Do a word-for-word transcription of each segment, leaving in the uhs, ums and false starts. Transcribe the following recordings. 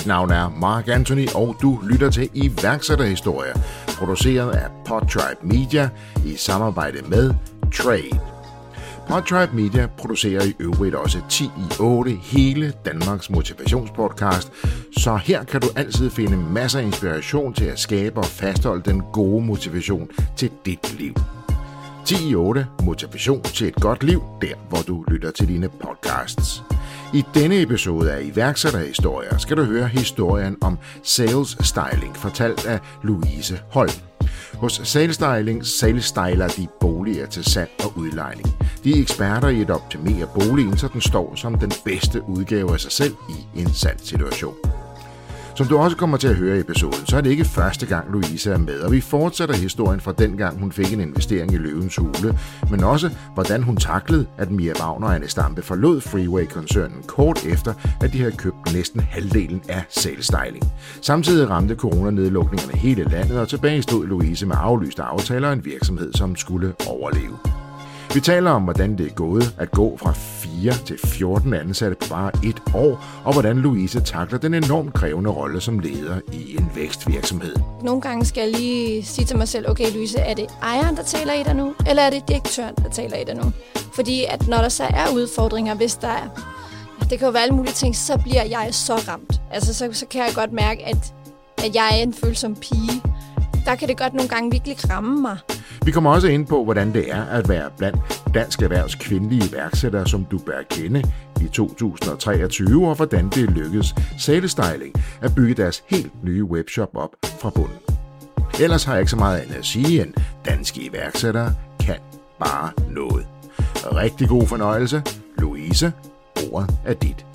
Mit navn er Mark Anthony, og du lytter til iværksætterhistorier, produceret af Podtribe Media i samarbejde med Trade. Podtribe Media producerer i øvrigt også ti i otte hele Danmarks motivationspodcast, så her kan du altid finde masser af inspiration til at skabe og fastholde den gode motivation til dit liv. ti i otte motivation til et godt liv, der hvor du lytter til dine podcasts. I denne episode af iværksætterhistorier skal du høre historien om sales styling, fortalt af Louise Holm. Hos Sales Styling sales styler de boliger til salg og udlejning. De er eksperter i at optimere boligen, så den står som den bedste udgave af sig selv i en salgssituation. Som du også kommer til at høre i episoden, så er det ikke første gang Louise er med, og vi fortsætter historien fra dengang hun fik en investering i Løvens Hule, men også hvordan hun taklede, at Mia Wagner og Anne Stampe forlod Freeway-koncernen kort efter, at de havde købt næsten halvdelen af Sales Styling. Samtidig ramte coronanedlukningerne hele landet, og tilbage stod Louise med aflyste aftaler og en virksomhed, som skulle overleve. Vi taler om, hvordan det er gået at gå fra fire til fjorten ansatte på bare et år, og hvordan Louise takler den enormt krævende rolle som leder i en vækstvirksomhed. Nogle gange skal jeg lige sige til mig selv, okay Louise, er det ejeren, der taler i dig nu, eller er det direktøren, der taler i dig nu? Fordi at når der så er udfordringer, hvis der er, det kan jo være alle mulige ting, så bliver jeg så ramt. Altså så, så kan jeg godt mærke, at, at jeg er en følsom pige. Der kan det godt nogle gange virkelig ramme mig. Vi kommer også ind på, hvordan det er at være blandt Dansk Erhvervs kvindelige iværksættere, som du bør kende i to tusind og treogtyve, og hvordan det lykkedes Sales Styling at bygge deres helt nye webshop op fra bunden. Ellers har jeg ikke så meget andet at sige, end danske iværksættere kan bare noget. Rigtig god fornøjelse. Louise, ordet er dit.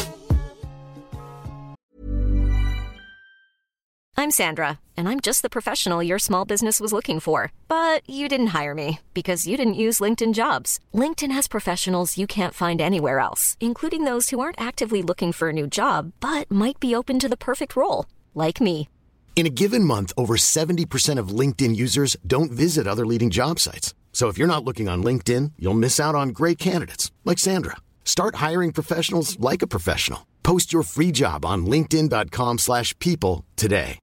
I'm Sandra, and I'm just the professional your small business was looking for. But you didn't hire me because you didn't use LinkedIn Jobs. LinkedIn has professionals you can't find anywhere else, including those who aren't actively looking for a new job, but might be open to the perfect role, like me. In a given month, over seventy percent of LinkedIn users don't visit other leading job sites. So if you're not looking on LinkedIn, you'll miss out on great candidates like Sandra. Start hiring professionals like a professional. Post your free job on linkedin dot com slash people today.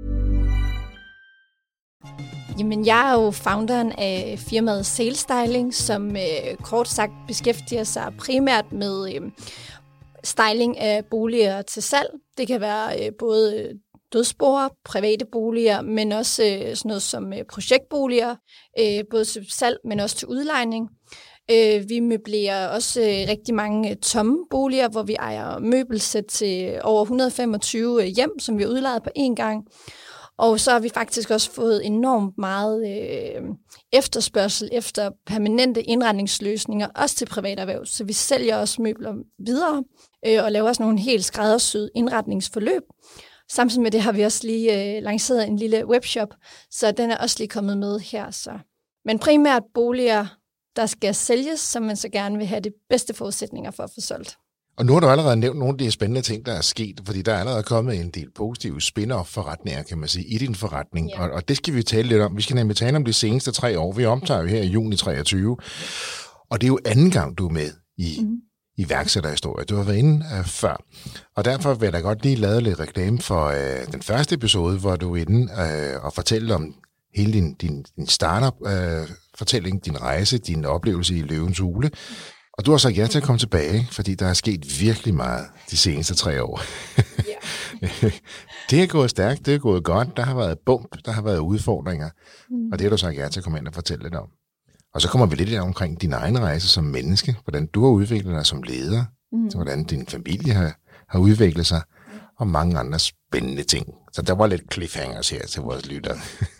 Jamen, jeg er jo founderen af firmaet Sales Styling, som øh, kort sagt beskæftiger sig primært med øh, styling af boliger til salg. Det kan være øh, både dødsboer, private boliger, men også øh, sådan noget som øh, projektboliger, øh, både til salg, men også til udlejning. Øh, vi møblerer også øh, rigtig mange tomme boliger, hvor vi ejer møbelsæt til over et hundrede og femogtyve hjem, som vi har udlejet på én gang. Og så har vi faktisk også fået enormt meget øh, efterspørgsel efter permanente indretningsløsninger, også til privaterhverv. Så vi sælger også møbler videre øh, og laver også nogle helt skræddersyede indretningsforløb. Samtidig med det har vi også lige øh, lanceret en lille webshop, så den er også lige kommet med her. Så. Men primært boliger, der skal sælges, som man så gerne vil have de bedste forudsætninger for at få solgt. Og nu har du allerede nævnt nogle af de spændende ting, der er sket, fordi der er allerede kommet en del positive spin-off-forretninger, kan man sige, i din forretning. Yeah. Og, og det skal vi tale lidt om. Vi skal nemlig tale om de seneste tre år. Vi optager jo her i juni treogtyve. Og det er jo anden gang, du er med i mm. iværksætterhistorie. Du har været inde uh, før. Og derfor vil jeg da godt lige lave lidt reklame for uh, den første episode, hvor du er inde uh, og fortæller om hele din, din, din startup-fortælling, uh, din rejse, din oplevelse i Løvens Hule. Og du har sagt ja til at komme tilbage, fordi der er sket virkelig meget de seneste tre år. Yeah. Det er gået stærkt, det er gået godt, der har været bump, der har været udfordringer, mm. og det har du sagt ja til at komme ind og fortælle lidt om. Og så kommer vi lidt omkring din egen rejse som menneske, hvordan du har udviklet dig som leder, mm. hvordan din familie har, har udviklet sig, og mange andre spændende ting. Så der var lidt cliffhangers her til vores lyttere.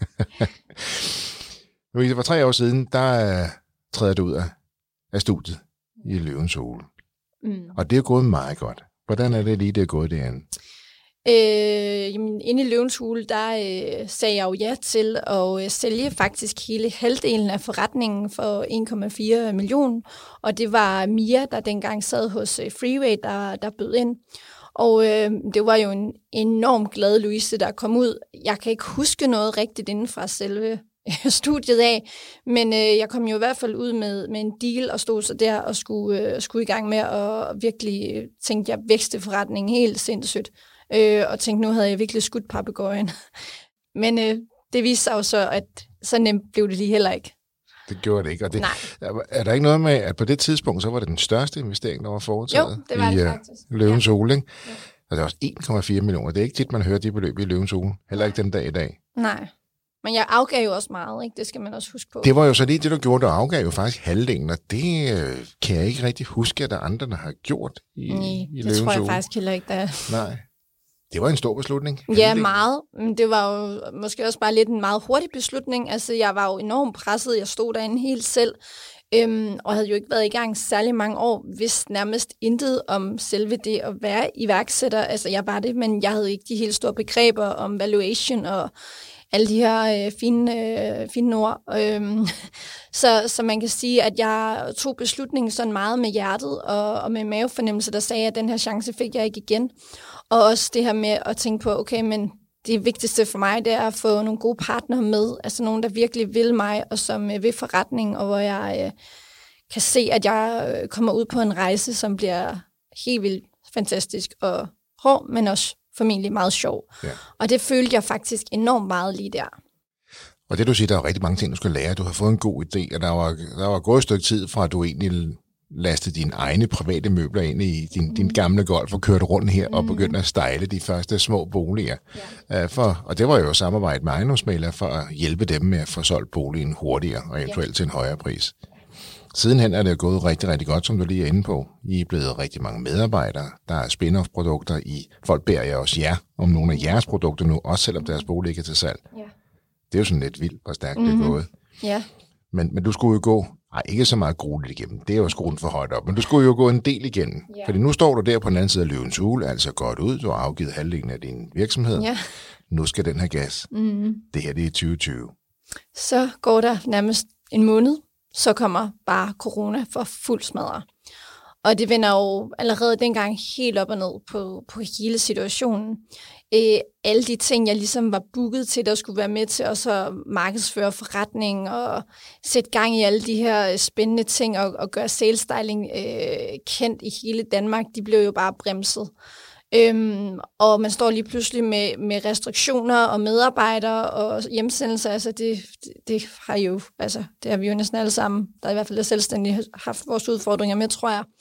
For tre år siden, der træder du ud af, af studiet i Løvens Hule. Mm. Og det er gået meget godt. Hvordan er det lige, det er gået derinde? Øh, jamen, inde i Løvens Hule, der øh, sagde jeg jo ja til at øh, sælge faktisk hele halvdelen af forretningen for en komma fire millioner. Og det var Mia, der dengang sad hos øh, Freeway, der, der bød ind. Og øh, det var jo en enormt glad Louise, der kom ud. Jeg kan ikke huske noget rigtigt inden fra selve studiet af, men øh, jeg kom jo i hvert fald ud med, med en deal og stod så der og skulle, øh, skulle i gang med at virkelig tænke, jeg vækste forretningen helt sindssygt. øh, og tænkte, nu havde jeg virkelig skudt papegøjen. Men øh, det viste sig jo så, at så nemt blev det lige heller ikke. Det gjorde det ikke. Og det, er der ikke noget med, at på det tidspunkt, så var det den største investering, der var foretaget? Jo, det var i, det faktisk. Uh, Løvens ja. Hule, ikke? Ja. Og det er også en komma fire millioner. Det er ikke tit, man hører de beløb i Løvens Hule. Heller ikke den dag i dag. Nej. Men jeg afgav jo også meget, ikke? Det skal man også huske på. Det var jo så lige det, du gjorde. Du afgav jo faktisk halvdelen, og det øh, kan jeg ikke rigtig huske, at der andre, der har gjort i, Nej, i det Løvens tror jeg Hule. faktisk heller ikke, der er. Nej. Det var en stor beslutning. Ja, Halvdelen. meget. Men det var jo måske også bare lidt en meget hurtig beslutning. Altså, jeg var jo enormt presset. Jeg stod derinde helt selv, øhm, og havde jo ikke været i gang særlig mange år, hvis nærmest intet om selve det at være iværksætter. Altså, jeg var det, men jeg havde ikke de helt store begreber om valuation og alle de her øh, fine, øh, fine ord. Øhm, så, så man kan sige, at jeg tog beslutningen sådan meget med hjertet og, og med mavefornemmelse, der sagde, at den her chance fik jeg ikke igen. Og også det her med at tænke på, okay, men det vigtigste for mig, det er at få nogle gode partnere med, altså nogen, der virkelig vil mig, og som øh, vil forretning, og hvor jeg øh, kan se, at jeg øh, kommer ud på en rejse, som bliver helt vildt fantastisk og hård, men også formentlig meget sjov. Ja. Og det følte jeg faktisk enormt meget lige der. Og det du siger, der er rigtig mange ting, du skal lære. Du har fået en god idé, og der var, der var gået et stykke tid fra, at du egentlig lastede dine egne private møbler ind i din, mm. din gamle Golf og kørte rundt her mm. og begyndte at style de første små boliger. Ja. Uh, for, og det var jo samarbejde med ejendomsmæglere for at hjælpe dem med at få solgt boligen hurtigere og eventuelt ja. til en højere pris. Sidenhen er det gået rigtig, rigtig godt, som du lige er inde på. I er blevet rigtig mange medarbejdere. Der er spin-off-produkter i. Folk beder jeg også jer om nogle af jeres produkter nu, også selvom deres bolig ikke er til salg. Ja. Det er jo sådan lidt vildt, hvor stærkt mm-hmm. det er gået. Ja. Men, men du skulle jo gå, nej, ikke så meget grueligt igennem, det er jo skruen for højt op, men du skulle jo gå en del igennem. Ja. Fordi nu står du der på den anden side af Løvens Hule, altså godt ud, du har afgivet halvdelen af din virksomhed. Ja. Nu skal den have gas. Mm-hmm. Det her, det er tyve tyve. Så går der nærmest en måned, så kommer bare corona for fuld smadre. Og det vender jo allerede dengang helt op og ned på, på hele situationen. Æ, alle de ting, jeg ligesom var booket til, der skulle være med til at så markedsføre forretning og sætte gang i alle de her spændende ting og, og gøre sales styling øh, kendt i hele Danmark, de blev jo bare bremset. Øhm, og man står lige pludselig med, med restriktioner og medarbejdere og hjemsendelser. Altså det, det, det har jo, altså det har vi jo næsten alle sammen, der i hvert fald er selvstændige, haft vores udfordringer med, tror jeg.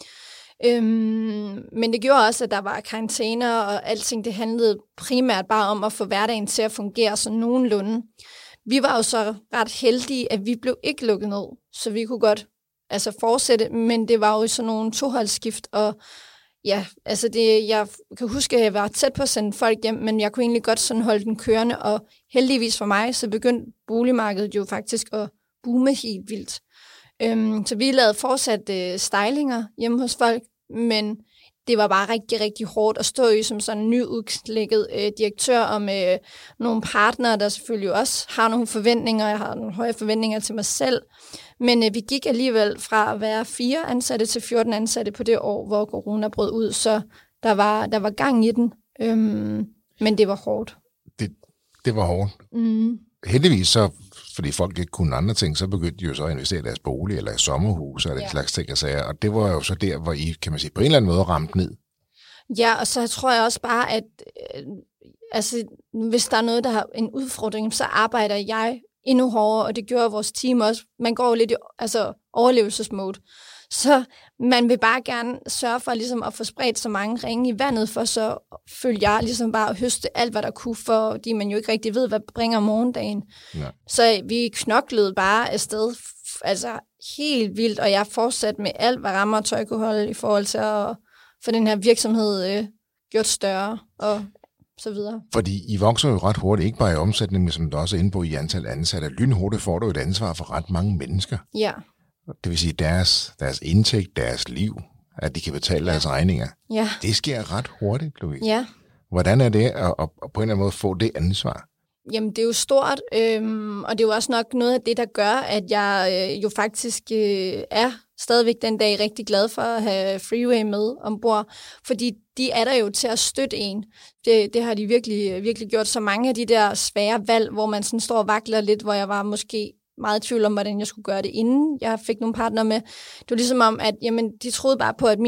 Øhm, men det gjorde også, at der var karantæner og alting. Det handlede primært bare om at få hverdagen til at fungere sådan nogenlunde. Vi var jo så ret heldige, at vi blev ikke lukket ned, så vi kunne godt altså fortsætte, men det var jo sådan nogle toholdsskift, og ja, altså det, jeg kan huske, at jeg var tæt på at sende folk hjem, men jeg kunne egentlig godt sådan holde den kørende, og heldigvis for mig, så begyndte boligmarkedet jo faktisk at boome helt vildt. Øhm, så vi lavede fortsat øh, stylinger hjemme hos folk, men det var bare rigtig, rigtig hårdt at stå i som sådan en nyudklækket øh, direktør og med øh, nogle partnere, der selvfølgelig også har nogle forventninger. Jeg har nogle høje forventninger til mig selv. Men øh, vi gik alligevel fra at være fire ansatte til fjorten ansatte på det år, hvor corona brød ud. Så der var, der var gang i den, øhm, men det var hårdt. Det, det var hårdt. Mm. Heldigvis så, fordi folk ikke kunne andre ting, så begyndte de jo så at investere i deres bolig eller i sommerhus og den ja. slags ting og sager. Og det var jo så der, hvor I, kan man sige, på en eller anden måde ramte ned. Ja, og så tror jeg også bare, at øh, altså, hvis der er noget, der har en udfordring, så arbejder jeg endnu hårdere, og det gjorde vores team også. Man går jo lidt i altså, overlevelsesmode. Så man vil bare gerne sørge for ligesom, at få spredt så mange ringe i vandet, for så følger jeg ligesom bare at høste alt, hvad der kunne, fordi man jo ikke rigtig ved, hvad bringer morgendagen. Ja. Så vi knoklede bare afsted, altså helt vildt, og jeg fortsatte med alt, hvad rammer og tøj kunne holde i forhold til at få den her virksomhed øh, gjort større og så videre. Fordi I vokser jo ret hurtigt, ikke bare i omsætning, men som du også er inde på i antal ansatte. Lynhurtigt får du et ansvar for ret mange mennesker. Ja. Det vil sige deres, deres indtægt, deres liv, at de kan betale ja. deres regninger. Ja. Det sker ret hurtigt, Louise. Ja. Hvordan er det at, at, at på en eller anden måde få det ansvar? Jamen, det er jo stort, øhm, og det er jo også nok noget af det, der gør, at jeg øh, jo faktisk øh, er stadigvæk den dag rigtig glad for at have Freeway med ombord, fordi de er der jo til at støtte en. Det, det har de virkelig, virkelig gjort. Så mange af de der svære valg, hvor man sådan står og vakler lidt, hvor jeg var måske meget i tvivl om, hvordan jeg skulle gøre det, inden jeg fik nogle partner med. Det var ligesom om, at jamen, de troede bare på, at min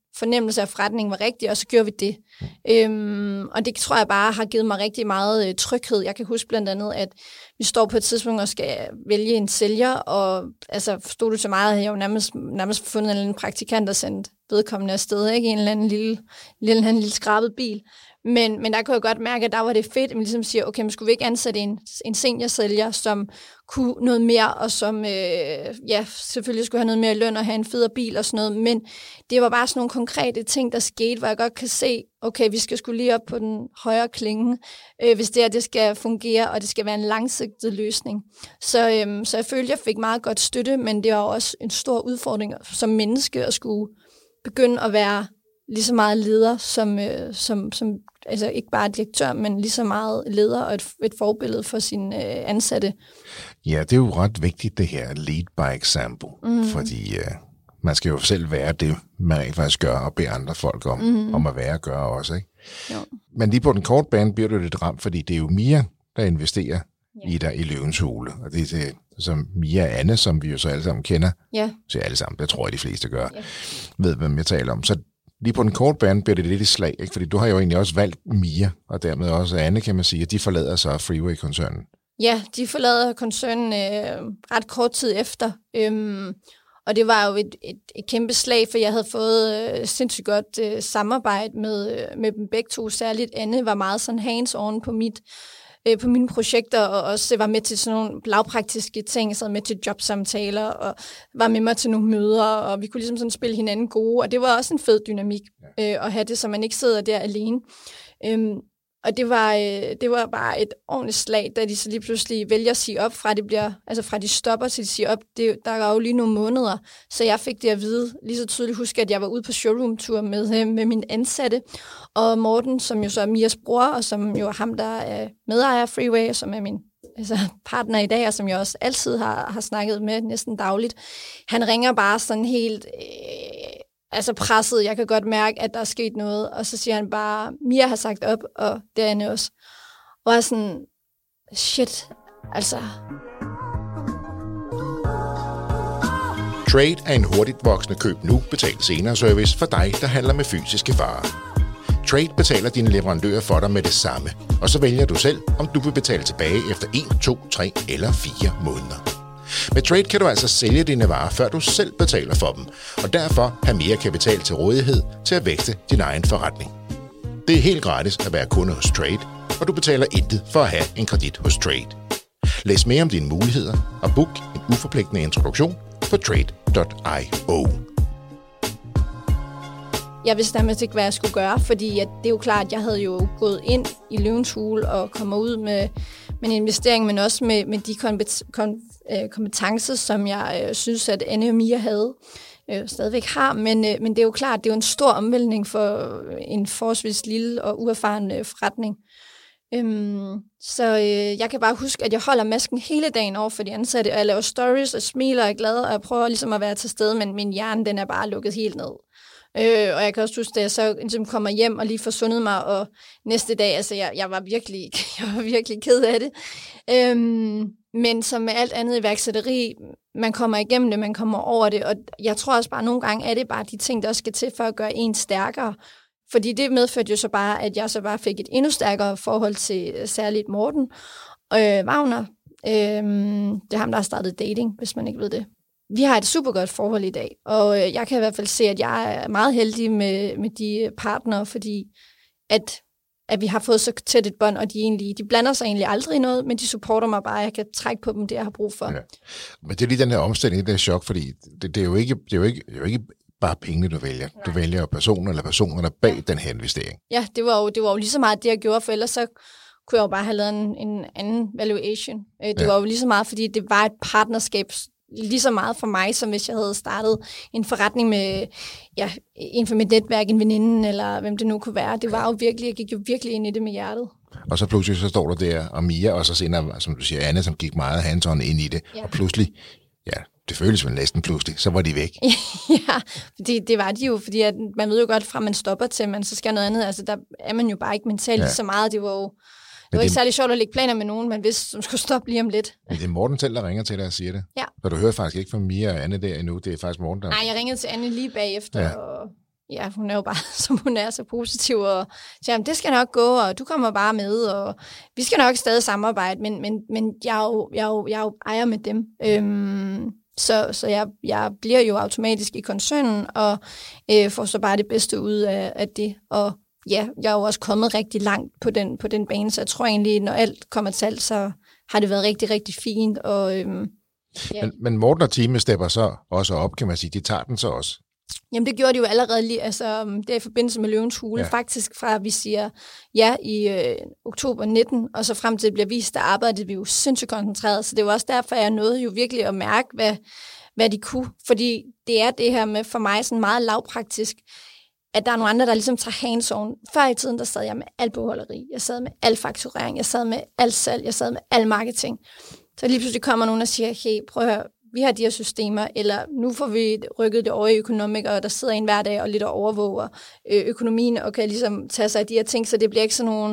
fornemmelse af forretningen var rigtig, og så gjorde vi det. Mm. Øhm, og det tror jeg bare har givet mig rigtig meget øh, tryghed. Jeg kan huske blandt andet, at vi står på et tidspunkt og skal vælge en sælger, og altså, forstod du så meget, at jeg jo nærmest, nærmest fundet en eller anden praktikant og sendt vedkommende afsted, ikke? En eller anden lille, lille, lille, lille skrabet bil. Men, men der kunne jeg godt mærke, at der var det fedt, at man ligesom siger, okay, men skulle vi ikke ansætte en, en seniorsælger, som kunne noget mere, og som øh, ja, selvfølgelig skulle have noget mere løn og have en federe bil og sådan noget, men det var bare sådan nogle konkrete ting, der skete, hvor jeg godt kan se, okay, vi skal skulle lige op på den højre klinge, øh, hvis det her, det skal fungere, og det skal være en langsigtet løsning. Så, øh, så jeg følte, jeg fik meget godt støtte, men det var også en stor udfordring som menneske at skulle begynde at være lige så meget leder, som, øh, som, som altså ikke bare direktør, men lige så meget leder og et, et forbillede for sine øh, ansatte. Ja, det er jo ret vigtigt det her, lead by example, mm. fordi øh, man skal jo selv være det, man rent faktisk gør, og bede andre folk om, mm. om at være og gøre også, ikke? Jo. Men lige på den korte bane bliver du lidt ramt, fordi det er jo Mia, der investerer ja. i dig i Løvens Hule, og det er det, som Mia og Anne, som vi jo så alle sammen kender, ja. så alle sammen, det tror jeg de fleste gør, ja. ved hvem jeg taler om. Så lige på den korte bane bliver det lidt i slag, ikke? Fordi du har jo egentlig også valgt Mia, og dermed også Anne, kan man sige, at de forlader så Freeway-koncernen. Ja, de forlader koncernen øh, ret kort tid efter, øhm, og det var jo et, et, et kæmpe slag, for jeg havde fået øh, sindssygt godt øh, samarbejde med, øh, med dem begge to. Særligt Anne var meget sådan hands-on på mit på mine projekter, og også var med til sådan nogle lavpraktiske ting, så med til jobsamtaler, og var med mig til nogle møder, og vi kunne ligesom sådan spille hinanden gode, og det var også en fed dynamik, ja. øh, at have det, så man ikke sidder der alene. Øhm, og det var, øh, det var bare et ordentligt slag, da de så lige pludselig vælger at sige op, fra det bliver, altså fra de stopper til de siger op, det, der er jo lige nogle måneder, så jeg fik det at vide, lige så tydeligt huske, at jeg var ude på showroom-tur med, med min ansatte, og Morten, som jo så er Mias bror, og som jo er ham, der er medejer af Freeway, som er min altså partner i dag, og som jeg også altid har, har snakket med næsten dagligt, han ringer bare sådan helt øh, altså presset. Jeg kan godt mærke, at der er sket noget, og så siger han bare, Mia har sagt op, og det er Anne også. Og jeg sådan, shit, altså. Trade er en hurtigt voksende køb nu, betalt senere service for dig, der handler med fysiske varer. Trade betaler dine leverandører for dig med det samme, og så vælger du selv, om du vil betale tilbage efter en, to, tre eller fire måneder. Med Trade kan du altså sælge dine varer, før du selv betaler for dem, og derfor have mere kapital til rådighed til at vækste din egen forretning. Det er helt gratis at være kunde hos Trade, og du betaler intet for at have en kredit hos Trade. Læs mere om dine muligheder og book en uforpligtende introduktion på trade punktum io. Jeg vidste nærmest ikke, hvad jeg skulle gøre, fordi at det er jo klart, at jeg havde jo gået ind i Løvens Hule og kommer ud med, med en investering, men også med, med de kompet- kom, øh, kompetencer, som jeg øh, synes, at Anne og Mia havde, øh, stadigvæk har. Men, øh, men det er jo klart, det er jo en stor omvæltning for en forholdsvis lille og uerfaren øh, forretning. Øhm, så øh, jeg kan bare huske, at jeg holder masken hele dagen over for de ansatte, og jeg laver stories og smiler og er glad, og jeg prøver ligesom at være til stede, men min hjerne, den er bare lukket helt ned. Øh, og jeg kan også huske, at jeg så ligesom kommer hjem og lige får sundet mig, og næste dag, altså jeg, jeg, var, virkelig, jeg var virkelig ked af det. Øhm, men som med alt andet iværksætteri, man kommer igennem det, man kommer over det, og jeg tror også bare, at nogle gange er det bare de ting, der også skal til for at gøre en stærkere. Fordi det medførte jo så bare, at jeg så bare fik et endnu stærkere forhold til særligt Morten øh, Wagner. Øh, det er ham, der har startet dating, hvis man ikke ved det. Vi har et super godt forhold i dag, og jeg kan i hvert fald se, at jeg er meget heldig med, med de partnere, fordi at, at vi har fået så tæt et bånd, og de, egentlig, de blander sig egentlig aldrig i noget, men de supporter mig bare, jeg kan trække på dem, det jeg har brug for. Ja. Men det er lige den her omstilling, det er chok, fordi det, det, er jo ikke, det, er jo ikke, det er jo ikke bare pengene, du vælger. Nej. Du vælger personen eller personerne bag ja. den her investering. Ja, det var, jo, det var jo lige så meget det, jeg gjorde, for ellers så kunne jeg jo bare have lavet en, en anden valuation. Det ja. var jo lige så meget, fordi det var et partnerskab, lige så meget for mig, som hvis jeg havde startet en forretning med ja, en for mit netværk, en veninde, eller hvem det nu kunne være. Det var jo virkelig, jeg gik jo virkelig ind i det med hjertet. Og så pludselig så står du der, og Mia, og så senere, som du siger, Anne, som gik meget hands-on ind i det, ja. og pludselig, ja, det føles vel næsten pludselig, så var de væk. Ja, det, det var de jo, fordi at man ved jo godt, fra man stopper til, man så skal noget andet, altså der er man jo bare ikke mentalt ja. så meget, det var jo Det var det, ikke særlig sjovt at lægge planer med nogen, man vidste, som skulle stoppe lige om lidt. Men det er Morten selv, der ringer til dig og siger det. Ja. Så du hører faktisk ikke fra Mia og Anne der endnu, det er faktisk Morten, der... Nej, jeg ringede til Anne lige bagefter, ja. og ja, hun er jo bare, som hun er, så positiv, og siger, det skal nok gå, og du kommer bare med, og vi skal nok stadig samarbejde, men, men, men jeg, er jo, jeg, er jo, jeg er jo ejer med dem. Øhm, så så jeg, jeg bliver jo automatisk i koncernen, og øh, får så bare det bedste ud af, af det, og ja, jeg er jo også kommet rigtig langt på den, på den bane, så jeg tror egentlig, når alt kommer til alt, så har det været rigtig, rigtig fint. Og, øhm, ja. men, men Morten og teamet stepper så også op, kan man sige. De tager den så også. Jamen, det gjorde de jo allerede lige, altså det er i forbindelse med Løvens Hule, ja. Faktisk fra, at vi siger ja i øh, oktober nitten, og så frem til det bliver vist, der arbejdede vi jo sindssygt koncentreret, så det var også derfor, jeg nåede jo virkelig at mærke, hvad, hvad de kunne, fordi det er det her med for mig sådan meget lavpraktisk, at der er nogle andre, der ligesom tager hands-on. Før i tiden, der sad jeg med alt bogholderi, jeg sad med al fakturering, jeg sad med alt salg, jeg sad med al marketing. Så lige pludselig kommer nogen og siger, hey, prøv at høre, vi har de her systemer, eller nu får vi rykket det over i økonomikere, og der sidder en hver dag og lidt og overvåger økonomien, og kan ligesom tage sig af de her ting, så det bliver ikke sådan nogle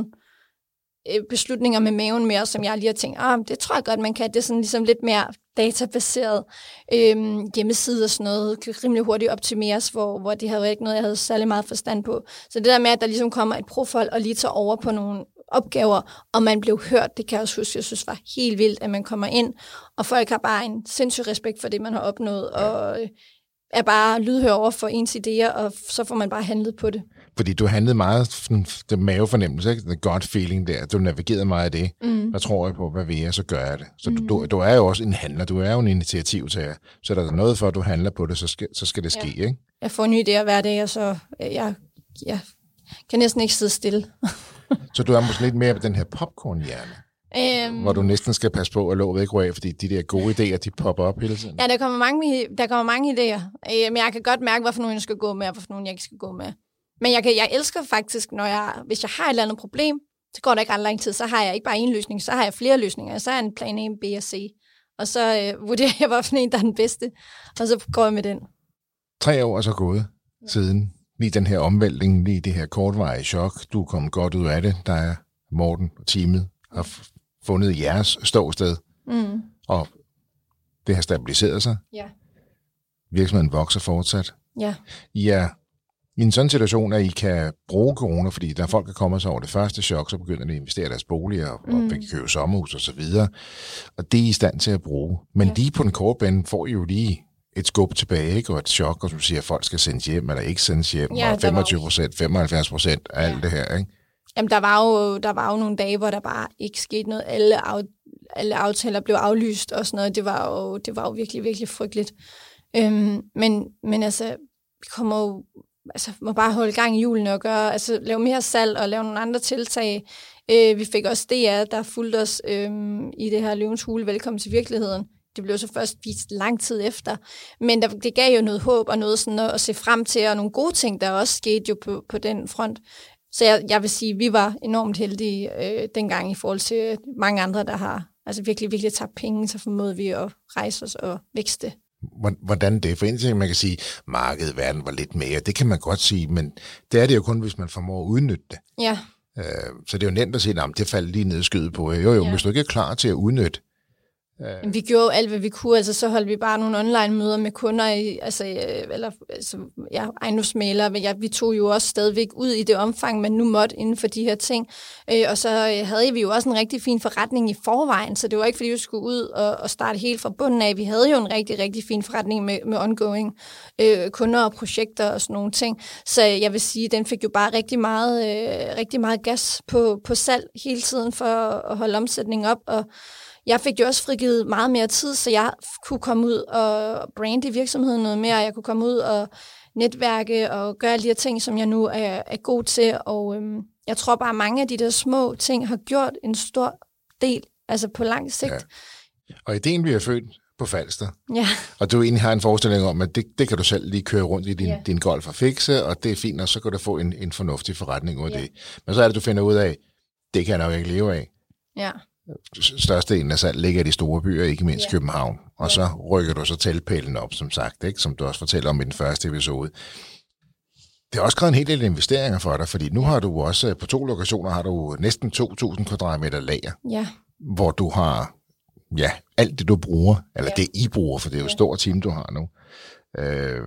beslutninger med maven mere, som jeg lige har tænkt, ah, det tror jeg godt, man kan. Det er sådan ligesom lidt mere databaseret øhm, hjemmeside og sådan noget, kan rimelig hurtigt optimeres, hvor, hvor det havde jo ikke noget, jeg havde særlig meget forstand på. Så det der med, at der ligesom kommer et profil og lige tager over på nogle opgaver, og man blev hørt, det kan jeg også huske, jeg synes var helt vildt, at man kommer ind, og folk har bare en sindssyg respekt for det, man har opnået, og øh, er bare lydhør over for ens idéer, og så får man bare handlet på det. Fordi du handlede meget den mavefornemmelse, ikke? The gut feeling der. Du navigerede meget af det. Mm. Der tror jeg på, hvad vil jeg, så gør jeg det. Så mm. du, du er jo også en handler. Du er jo en initiativtager. Så der er noget for, at du handler på det, så skal, så skal det ske, ja. Ikke? Jeg får nye idéer hver dag, og så jeg, jeg kan næsten ikke sidde stille. Så du er måske lidt mere på den her popcorn-hjerne? Um, hvor du næsten skal passe på at låget ikke røg, fordi de der gode idéer, de popper op hele tiden. Ja, der kommer mange, der kommer mange idéer. Men jeg kan godt mærke, hvorfor nogen jeg skal gå med, og hvorfor nogen jeg ikke skal gå med. Men jeg, kan, jeg elsker faktisk, når jeg, hvis jeg har et eller andet problem, så går der ikke ret lang tid, så har jeg ikke bare en løsning, så har jeg flere løsninger. Så har jeg en plan A, B og C. Og så øh, vurderer jeg, hvorfor en, der er den bedste. Og så går jeg med den. Tre år er så gået ja. Siden. Lige den her omvæltning, lige det her kortvarige chok. Du er kommet godt ud af det. Der er Morten og teamet har fundet jeres ståsted. Mm. Og det har stabiliseret sig. Ja. Virksomheden vokser fortsat. Ja. Ja. I en sådan situation, at I kan bruge corona, fordi der er folk, der kommer sig over det første chok, så begynder de at investere i deres boliger og, mm. og købe sommerhus og så videre. Og det er I stand til at bruge. Men ja. Lige på den korte bane får I jo lige et skub tilbage, ikke? Og et chok, og som siger, at folk skal sendes hjem, eller ikke sendes hjem, ja, og femogtyve procent, femoghalvfjerds procent af ja. Alt det her, ikke? Jamen, der var, jo, der var jo nogle dage, hvor der bare ikke skete noget. Alle, af, alle aftaler blev aflyst og sådan noget. Det var jo, det var jo virkelig, virkelig frygteligt. Øhm, men, men altså, vi kommer jo altså, må bare holde gang i julen og gøre, altså, lave mere salg og lave nogle andre tiltag. Øh, vi fik også D R, der fulgte os øh, i det her Løvens Hule, Velkommen til virkeligheden. Det blev så først vist lang tid efter. Men der, det gav jo noget håb og noget sådan noget at se frem til, og nogle gode ting, der også skete jo på, på den front. Så jeg, jeg vil sige, at vi var enormt heldige øh, dengang i forhold til mange andre, der har altså virkelig, virkelig tabt penge, så formåede vi at rejse os og vækste. Hvordan det? For en ting, man kan sige, markedet, verden var lidt mere. Det kan man godt sige, men det er det jo kun, hvis man formår at udnytte det. Ja. Øh, så det er jo nemt at sige, at det faldt lige ned i skydet på. Jo, jo, ja. Hvis du ikke er klar til at udnytte. Øh. Vi gjorde alt, hvad vi kunne. Altså, så holdt vi bare nogle online-møder med kunder, i, altså, eller altså, ja, ejendomsmælere. Men ja, vi tog jo også stadigvæk ud i det omfang, man nu måtte inden for de her ting. Øh, og så havde vi jo også en rigtig fin forretning i forvejen, så det var ikke, fordi vi skulle ud og, og starte helt fra bunden af. Vi havde jo en rigtig, rigtig fin forretning med, med ongoing øh, kunder og projekter og sådan nogle ting. Så jeg vil sige, den fik jo bare rigtig meget, øh, rigtig meget gas på, på salg hele tiden for at holde omsætningen op, og jeg fik jo også frigivet meget mere tid, så jeg kunne komme ud og brande virksomheden noget mere. Jeg kunne komme ud og netværke og gøre alle de her ting, som jeg nu er, er god til. Og øhm, jeg tror bare, at mange af de der små ting har gjort en stor del, altså på lang sigt. Ja. Og ideen bliver født på Falster. Ja. Og du egentlig har en forestilling om, at det, det kan du selv lige køre rundt i din, ja. din Golf og fikse, og det er fint, og så kan du få en, en fornuftig forretning ud af ja. det. Men så er det, du finder ud af, det kan jeg nok ikke leve af. Ja. Størstedelen af salg ligger i de store byer, ikke mindst yeah. København. Og yeah. så rykker du så teltpælen op, som sagt, ikke? Som du også fortæller om i den første episode. Det har også krævet en hel del investeringer for dig, fordi nu har du også, på to lokationer, har du næsten to tusind kvadratmeter lager, yeah. hvor du har ja, alt det, du bruger, eller yeah. det, I bruger, for det er jo et yeah. stort team, du har nu. Øh, der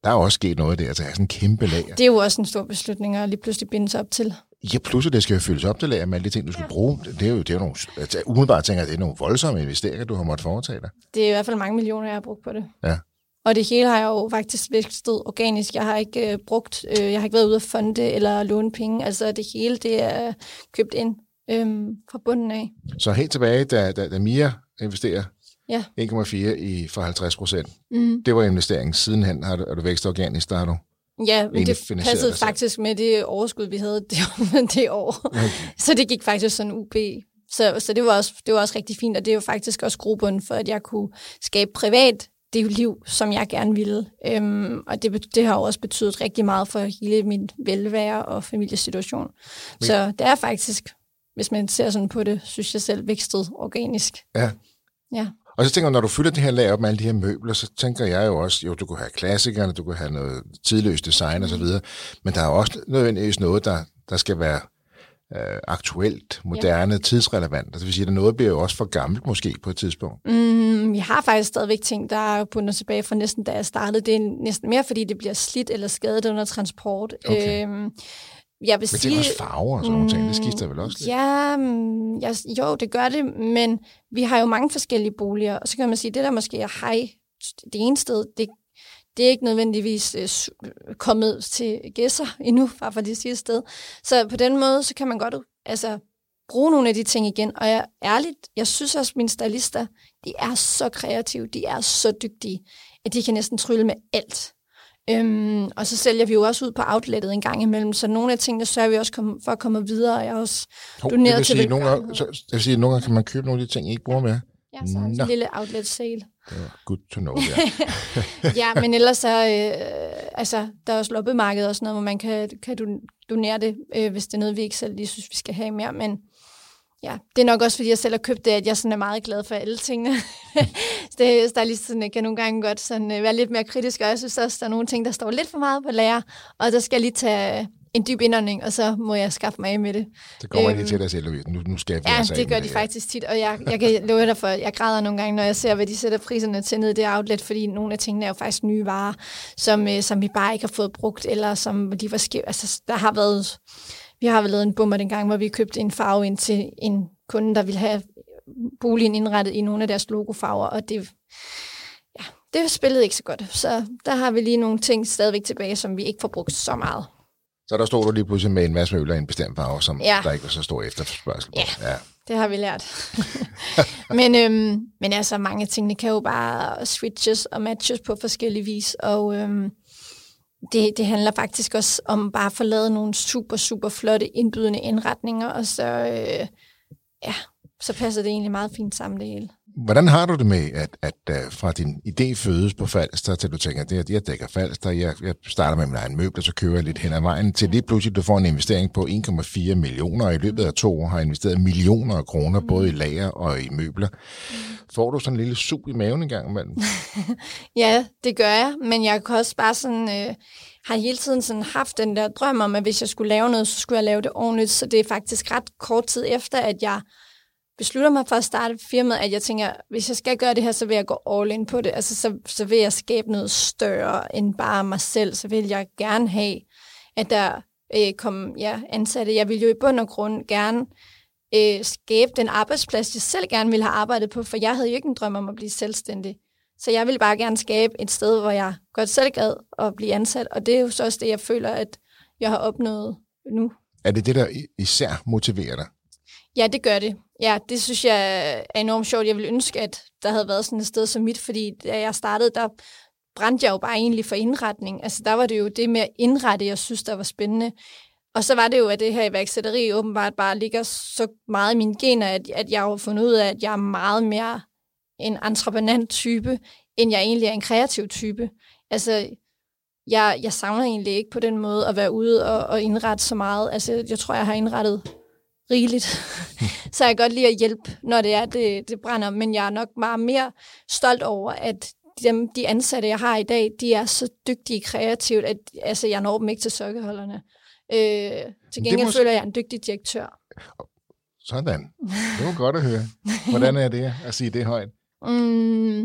Der er også sket noget der, at have sådan en kæmpe lager. Det er jo også en stor beslutning at lige pludselig binde sig op til. Ja, pludselig det skal jo fyldes op til lager med alle de ting, du skal ja. bruge. Det er jo, det er jo nogle, altså, umiddelbart tænker jeg, at det er nogle voldsomme investeringer, du har måttet foretage dig. Det er i hvert fald mange millioner, jeg har brugt på det. Ja. Og det hele har jeg jo faktisk vækstet organisk. Jeg har ikke øh, brugt, øh, jeg har ikke været ude at fonde eller låne penge. Altså det hele, det er købt ind øh, fra bunden af. Så helt tilbage, da, da, da Mia investerer ja. en komma fire i for halvtreds procent. Mm. Det var investeringen. Sidenhen har du, har du vækstet organisk, der har du. Ja, men det passede faktisk med det overskud, vi havde det, det år. Okay. Så det gik faktisk sådan U B. Så, så det, var også, det var også rigtig fint, og det er jo faktisk også grobunden for, at jeg kunne skabe privat det liv, som jeg gerne ville. Øhm, og det, det har jo også betydet rigtig meget for hele min velvære og familiesituation. Men. Så det er faktisk, hvis man ser sådan på det, synes jeg selv, vækstet organisk. Ja. Ja. Og så tænker jeg, når du fylder det her lag op med alle de her møbler, så tænker jeg jo også, jo, du kunne have klassikerne, du kunne have noget tidløst design og så videre, men der er også nødvendigvis noget, der, der skal være øh, aktuelt, moderne, ja. tidsrelevant. Altså, det vil sige, at noget bliver jo også for gammelt måske på et tidspunkt. Mm, vi har faktisk stadigvæk ting, der er bundet tilbage fra næsten da jeg startede. Det er næsten mere, fordi det bliver slidt eller skadet under transport. Okay. Øhm, jeg vil men sige, det er også farver og sådan nogle ting, det skifter vel også lidt? Ja, jeg, jo, det gør det, men vi har jo mange forskellige boliger, og så kan man sige, det der måske er hej, det ene sted, det, det er ikke nødvendigvis uh, kommet til gæsser endnu, bare for det sidste sted. Så på den måde, så kan man godt altså, bruge nogle af de ting igen, og jeg ærligt, jeg synes også, mine stylister, de er så kreative, de er så dygtige, at de kan næsten trylle med alt. Øhm, og så sælger vi jo også ud på outlettet en gang imellem, så nogle af tingene sørger vi også kom, for at komme videre, og jeg har også oh, doneret det vil til sige, nogle gange, så, det vil sige, at nogle gange kan man købe nogle af de ting, I ikke bruger med. Ja, så en lille outlet sale. Det var good to know, ja. Ja, men ellers så, øh, altså, der er også loppemarked og sådan noget, hvor man kan, kan donere det, øh, hvis det er noget, vi ikke selv lige synes, vi skal have mere, men ja, det er nok også, fordi jeg selv har købt det, at jeg sådan er meget glad for alle tingene. det, stylisterne kan nogle gange godt sådan, være lidt mere kritisk, og jeg synes også, der er nogle ting, der står lidt for meget på lager, og der skal jeg lige tage en dyb indånding, og så må jeg skaffe mig af med det. Det kommer øhm, lige til dig selv, nu, nu skal jeg ja, det det gør de det, faktisk tit, og jeg, jeg kan love dig for, jeg græder nogle gange, når jeg ser, hvad de sætter priserne til ned i det outlet, fordi nogle af tingene er jo faktisk nye varer, som, øh, som vi bare ikke har fået brugt, eller som de var skæv. Altså, der har været... Vi har vel lavet en bummer dengang, hvor vi købte en farve ind til en kunde, der ville have boligen indrettet i nogle af deres logofarver, og det, ja, det spillede ikke så godt. Så der har vi lige nogle ting stadigvæk tilbage, som vi ikke får brugt så meget. Så der stod du lige pludselig med en masse møbler i en bestemt farve, som ja. der ikke var så stor efterspørgsel på. Ja, ja, det har vi lært. men, øhm, men altså, mange tingene kan jo bare switches og matches på forskellige vis, og... Øhm, Det, det handler faktisk også om bare at få lavet nogle super, super flotte indbydende indretninger, og så, øh, ja, så passer det egentlig meget fint sammen det hele. Hvordan har du det med, at, at uh, fra din idé fødes på Falster, til du tænker, at det, jeg dækker Falster, jeg, jeg starter med min egen møbler, så køber jeg lidt hen ad vejen, til lige pludselig du får en investering på en komma fire millioner, og i løbet af to år har investeret millioner af kroner, mm. både i lager og i møbler. Mm. Får du sådan en lille sug i maven en gang imellem? Ja, det gør jeg, men jeg kan også bare sådan, øh, har hele tiden sådan haft den der drøm om, at hvis jeg skulle lave noget, så skulle jeg lave det ordentligt, så det er faktisk ret kort tid efter, at jeg beslutter mig for at starte firmaet, at jeg tænker, hvis jeg skal gøre det her, så vil jeg gå all in på det. Altså, så, så vil jeg skabe noget større end bare mig selv. Så vil jeg gerne have, at der øh, kom ja, ansatte. Jeg vil jo i bund og grund gerne øh, skabe den arbejdsplads, jeg selv gerne ville have arbejdet på, for jeg havde jo ikke en drøm om at blive selvstændig. Så jeg ville bare gerne skabe et sted, hvor jeg godt selv gad at blive ansat, og det er jo så også det, jeg føler, at jeg har opnået nu. Er det det, der især motiverer dig? Ja, det gør det. Ja, det synes jeg er enormt sjovt. Jeg ville ønske, at der havde været sådan et sted som mit, fordi da jeg startede, der brændte jeg jo bare egentlig for indretning. Altså, der var det jo det med at indrette, jeg synes, der var spændende. Og så var det jo, at det her iværksætteri åbenbart bare ligger så meget i mine gener, at, at jeg har fundet ud af, at jeg er meget mere en entreprenant type, end jeg egentlig er en kreativ type. Altså, jeg, jeg savner egentlig ikke på den måde at være ude og, og indrette så meget. Altså, jeg tror, jeg har indrettet rigeligt. Så jeg kan godt lide at hjælpe, når det er, det, det brænder. Men jeg er nok meget mere stolt over, at dem, de ansatte, jeg har i dag, de er så dygtige kreativt, at altså, jeg når dem ikke til sokkeholderne. Øh, til gengæld må... føler jeg en dygtig direktør. Sådan. Det var godt at høre. Hvordan er det at sige det højt? Mm,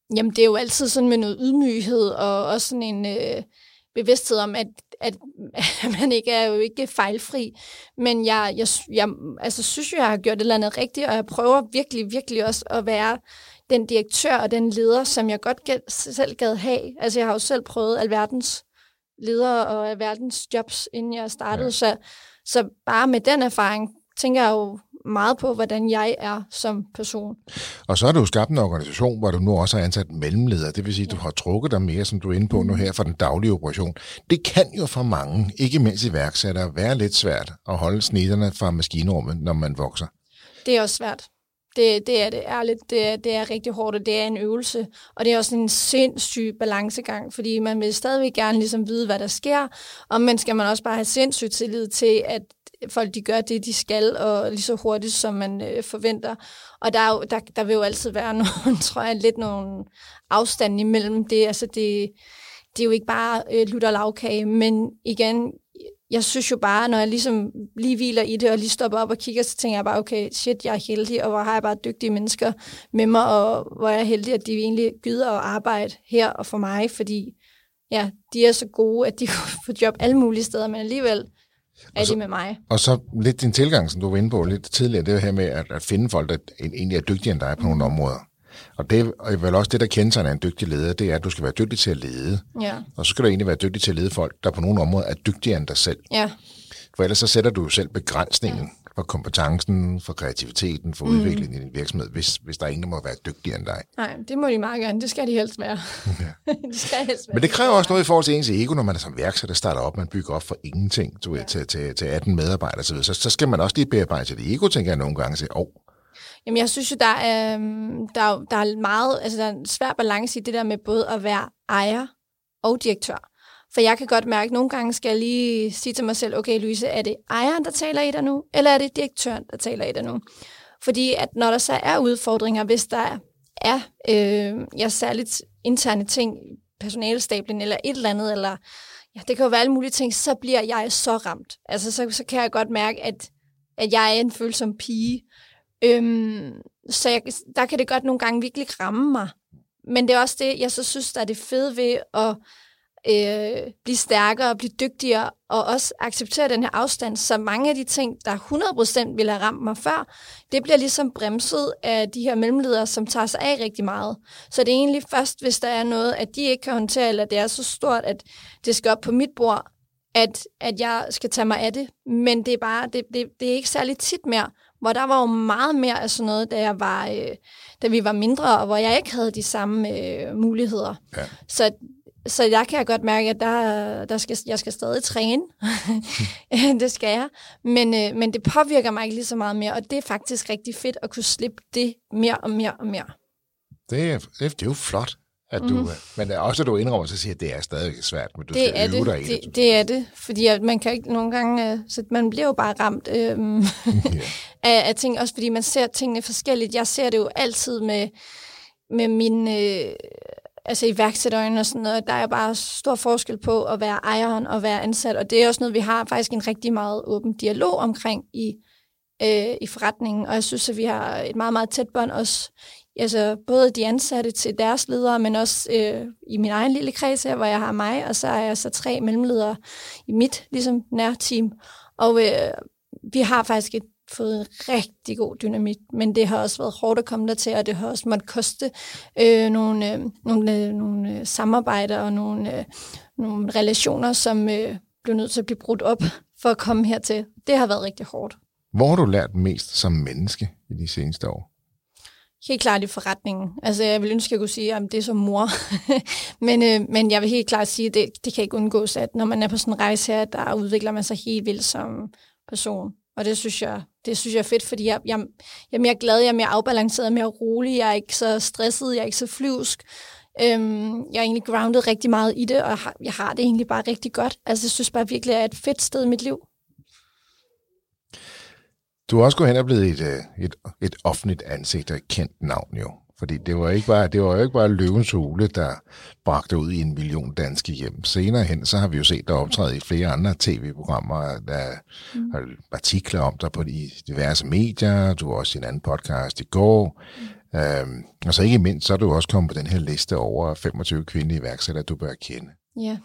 Jamen, det er jo altid sådan med noget ydmyghed, og også sådan en øh, bevidsthed om, at, at, at man ikke er jo ikke fejlfri. Men jeg, jeg, jeg altså, synes jo, jeg har gjort et eller andet rigtigt, og jeg prøver virkelig, virkelig også at være den direktør og den leder, som jeg godt gad, selv gad have. Altså, jeg har jo selv prøvet alverdens ledere og alverdens jobs, inden jeg startede. Ja. Så, så bare med den erfaring, tænker jeg jo meget på, hvordan jeg er som person. Og så har du jo skabt en organisation, hvor du nu også har ansat mellemledere. Det vil sige, at du har trukket dig mere, som du er inde på nu her, for den daglige operation. Det kan jo for mange, ikke mindst iværksættere, være lidt svært at holde snitterne fra maskinrummet, når man vokser. Det er også svært. Det, det er det ærligt. Det er, det er rigtig hårdt, og det er en øvelse. Og det er også en sindssyg balancegang, fordi man vil stadigvæk gerne ligesom vide, hvad der sker. Og men skal man også bare have sindssygt tillid til, at folk de gør det, de skal, og lige så hurtigt, som man øh, forventer. Og der, er jo, der, der vil jo altid være nogle, tror jeg, lidt nogle afstand imellem det. Altså det, det er jo ikke bare øh, lutter lavkage, men igen, jeg synes jo bare, når jeg ligesom lige hviler i det, og lige stopper op og kigger, så tænker jeg bare, okay, shit, jeg er heldig, og hvor har jeg bare dygtige mennesker med mig, og hvor jeg er heldig, at de egentlig gider at arbejde her og for mig, fordi ja, de er så gode, at de kan få job alle mulige steder, men alligevel er så, de med mig. Og så lidt din tilgang, som du var inde på lidt tidligere, det her med at, at finde folk, der egentlig er dygtigere end dig på nogle områder. Og det er vel også det, der kendetegner en dygtig leder, det er, at du skal være dygtig til at lede. Ja. Og så skal du egentlig være dygtig til at lede folk, der på nogle områder er dygtigere end dig selv. Ja. For ellers så sætter du jo selv begrænsningen ja. for kompetencen, for kreativiteten, for mm. udviklingen i din virksomhed, hvis, hvis der er ingen, der må være dygtigere end dig. Nej, det må de meget gerne. Det skal de helst være. Ja. det skal helst være. Men det kræver også noget i forhold til ens ego, når man er som værksætter, starter op, man bygger op for ingenting du ja. til, til, til atten medarbejdere osv. Så, så skal man også lige bearbejde til det ego, tænker jeg nogle gange, og sige, åh, oh, Jamen, jeg synes jo, der er, der, er, der er meget, altså der er en svær balance i det der med både at være ejer og direktør. For jeg kan godt mærke, at nogle gange skal jeg lige sige til mig selv, okay, Louise, er det ejeren, der taler i dig nu, eller er det direktøren, der taler i dig nu? Fordi at når der så er udfordringer, hvis der er øh, ja, særligt interne ting, personalestablen eller et eller andet, eller ja, det kan jo være alle mulige ting, så bliver jeg så ramt. Altså, så, så kan jeg godt mærke, at, at jeg er en følsom pige. Øhm, så jeg, der kan det godt nogle gange virkelig ramme mig. Men det er også det, jeg så synes, der er det fede ved at øh, blive stærkere og blive dygtigere, og også acceptere den her afstand, så mange af de ting, der hundrede procent ville have ramt mig før, det bliver ligesom bremset af de her mellemledere, som tager sig af rigtig meget. Så det er egentlig først, hvis der er noget, at de ikke kan håndtere, eller det er så stort, at det skal op på mit bord, at, at jeg skal tage mig af det. Men det er bare, det, det, det er ikke særlig tit mere, hvor der var jo meget mere af sådan noget, da, jeg var, øh, da vi var mindre, og hvor jeg ikke havde de samme øh, muligheder. Ja. Så, så jeg kan godt mærke, at der, der skal, jeg skal stadig træne. Det skal jeg. Men, øh, men det påvirker mig ikke lige så meget mere, og det er faktisk rigtig fedt at kunne slippe det mere og mere og mere. Det er, det er jo flot. At du, mm. Men også at du indrømmer sig og siger, at det er stadig svært, men du det skal øve det. dig i det. Det, det er det, fordi at man kan ikke nogle gange, så man bliver jo bare ramt øhm, yeah. af, af ting, også fordi man ser tingene forskelligt. Jeg ser det jo altid med, med mine øh, altså iværksætterøjne og sådan noget. Der er bare stor forskel på at være ejeren og være ansat, og det er også noget, vi har faktisk en rigtig meget åben dialog omkring i, øh, i forretningen, og jeg synes, at vi har et meget, meget tæt bånd også. Altså både de ansatte til deres ledere, men også øh, i min egen lille kreds her, hvor jeg har mig, og så er jeg så tre mellemledere i mit ligesom nærteam. Og øh, vi har faktisk et, fået en rigtig god dynamik, men det har også været hårdt at komme der til, og det har også måttet koste øh, nogle, øh, nogle, øh, nogle øh, samarbejder og nogle, øh, nogle relationer, som øh, blev nødt til at blive brudt op for at komme hertil. Det har været rigtig hårdt. Hvor har du lært mest som menneske i de seneste år? Helt klart i forretningen. Altså, jeg vil ønske, at jeg kunne sige, at det er som mor. men, øh, men jeg vil helt klart sige, at det, det kan ikke undgås, at når man er på sådan en rejse her, der udvikler man sig helt vildt som person. Og det synes jeg, det synes jeg er fedt, fordi jeg, jeg, jeg er mere glad, jeg er mere afbalanceret, mere rolig, jeg er ikke så stresset, jeg er ikke så flyvsk. Øhm, jeg er egentlig grounded rigtig meget i det, og jeg har, jeg har det egentlig bare rigtig godt. Altså, jeg synes bare virkelig, at det er et fedt sted i mit liv. Du har også gået hen og blevet et, et, et offentligt ansigt og et kendt navn jo. Fordi det var, ikke bare, det var jo ikke bare Løvens Hule, der bragte ud i en million danske hjem. Senere hen, så har vi jo set dig optræde i flere andre tv-programmer, der mm. har artikler om dig på de diverse medier. Du har også en anden podcast i går. Øhm, og så ikke mindst, så er du også kommet på den her liste over femogtyve kvindelige iværksættere, du bør kende. Ja.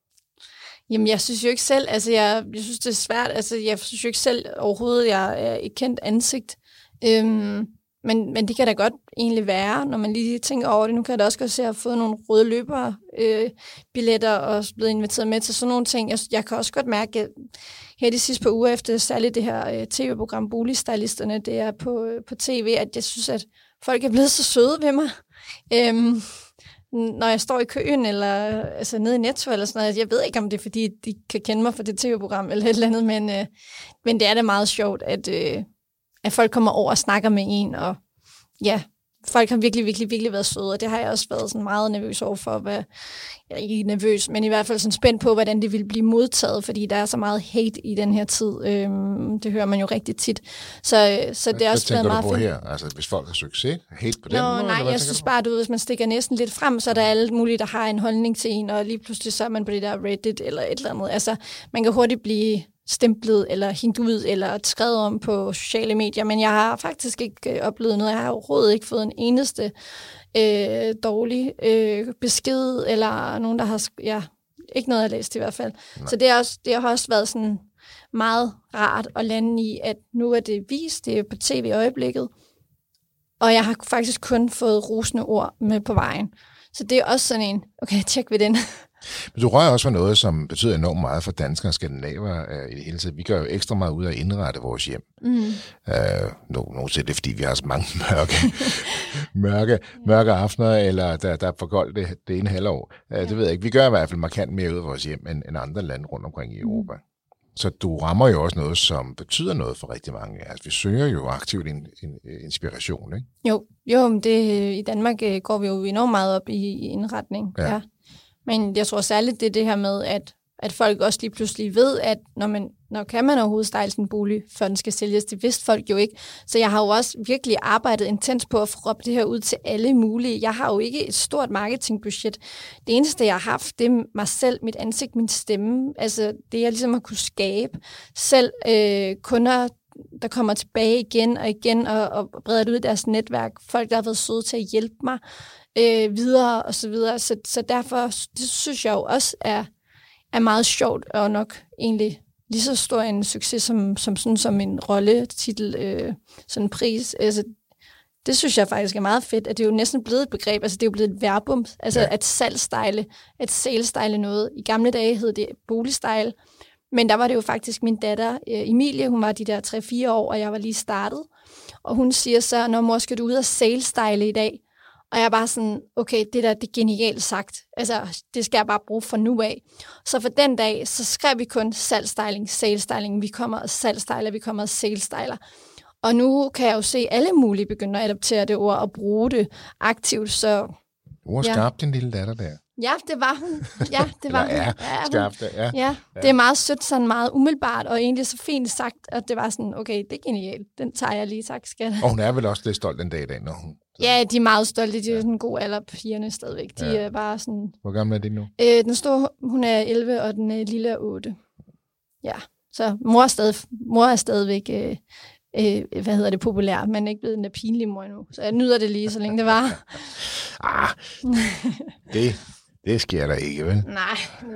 Jamen, jeg synes jo ikke selv, altså jeg, jeg synes, det er svært, altså jeg synes jo ikke selv overhovedet, jeg er et kendt ansigt. Øhm, men, men det kan da godt egentlig være, når man lige tænker over det. Nu kan jeg da også godt se, at jeg har fået nogle røde løbere, øh, billetter og blevet inviteret med til sådan nogle ting. Jeg, jeg kan også godt mærke, at her de sidste par uger efter, særligt det her øh, tv-program Boligstylisterne, det er på, øh, på tv, at jeg synes, at folk er blevet så søde ved mig. Øhm, når jeg står i køen, eller altså nede i Netto, eller sådan noget. Jeg ved ikke, om det er, fordi de kan kende mig for det tv-program, eller et eller andet, men, øh, men det er da meget sjovt, at, øh, at folk kommer over og snakker med en, og ja, folk har virkelig, virkelig, virkelig været søde, og det har jeg også været sådan meget nervøs over for, at være, jeg er ikke nervøs, men i hvert fald sådan spændt på, hvordan det ville blive modtaget, fordi der er så meget hate i den her tid. Øhm, det hører man jo rigtig tit. Så, så det er også været meget fedt. Hvad tænker du på her? Altså, hvis folk har succes, hate på den Nå, måde? Nej, eller jeg synes bare, at hvis man stikker næsten lidt frem, så er der alle mulige, der har en holdning til en, og lige pludselig så er man på det der Reddit eller et eller andet. Altså, man kan hurtigt blive stemplet eller hængt ud eller skrevet om på sociale medier, men jeg har faktisk ikke oplevet noget. Jeg har overhovedet ikke fået en eneste øh, dårlig øh, besked, eller nogen, der har... Ja, ikke noget, jeg har læst i hvert fald. Nej. Så det, er også, det har også været sådan meget rart at lande i, at nu er det vist, det er på tv i øjeblikket, og jeg har faktisk kun fået rosende ord med på vejen. Så det er også sådan en, okay, tjek ved den. Men du rører også for noget, som betyder enormt meget for danskere og skandinaver øh, i det hele taget. Vi gør jo ekstra meget ud af at indrette vores hjem. Mm. Øh, Nogle siger det, fordi vi har så mange mørke, mørke, mørke aftener, eller der, der er for koldt det, det ene halvår. Øh, ja. Det ved jeg ikke. Vi gør i hvert fald markant mere ud af vores hjem, end, end andre lande rundt omkring i Europa. Mm. Så du rammer jo også noget, som betyder noget for rigtig mange. Altså, vi søger jo aktivt in, in, inspiration, ikke? Jo, jo men det, i Danmark går vi jo enormt meget op i, i indretning. Ja. Ja. Men jeg tror særligt, det er det her med, at, at folk også lige pludselig ved, at når, man, når kan man overhovedet style sin bolig, før den skal sælges, det vidste folk jo ikke. Så jeg har jo også virkelig arbejdet intens på at få råbt det her ud til alle mulige. Jeg har jo ikke et stort marketingbudget. Det eneste, jeg har haft, det er mig selv, mit ansigt, min stemme. Altså det, jeg ligesom har kunne skabe. Selv øh, kunder, der kommer tilbage igen og igen og, og breder det ud i deres netværk. Folk, der har været søde til at hjælpe mig øh, videre og så videre. Så, så derfor, det synes jeg jo også er, er meget sjovt og nok egentlig lige så stor en succes som, som, sådan, som en rolletitel, øh, sådan en pris. Altså, det synes jeg faktisk er meget fedt, at det er jo næsten blevet et begreb, altså det er jo blevet et verbum, altså ja. At salgstyle, at salestyle noget. I gamle dage hed det boligstyle, men der var det jo faktisk min datter, Emilie, hun var de der tre fire år, og jeg var lige startet, og hun siger så, når mor, skal du ud og salestyle i dag? Og jeg er bare sådan, okay, det der, det er genialt sagt. Altså, det skal jeg bare bruge fra nu af. Så for den dag, så skrev vi kun salgstyling, salestyling. Vi kommer og salgstyler, vi kommer og salestyler. Og nu kan jeg jo se alle mulige begynde at adoptere det ord og bruge det aktivt, så... Du har skabt din lille datter der. Ja, det var hun. Ja, det var hun. Ja, skabt det, ja. Ja, det er meget sødt, sådan meget umiddelbart, og egentlig så fint sagt, at det var sådan, okay, det er genialt. Den tager jeg lige, tak skat. Og hun er vel også lidt stolt den dag i dag, når hun... Ja, de er meget stolte. De er sådan en god alder, pigerne stadigvæk. De ja. er bare sådan... Hvor gammel er de nu? Øh, den store, hun er elleve, og den øh, lille er otte. Ja, så mor er, stadig, mor er stadigvæk... Øh, øh, hvad hedder det, populær, men ikke blevet en pinlig mor endnu. Så jeg nyder det lige, så længe det var. ah, det, det sker der ikke, vel? Nej.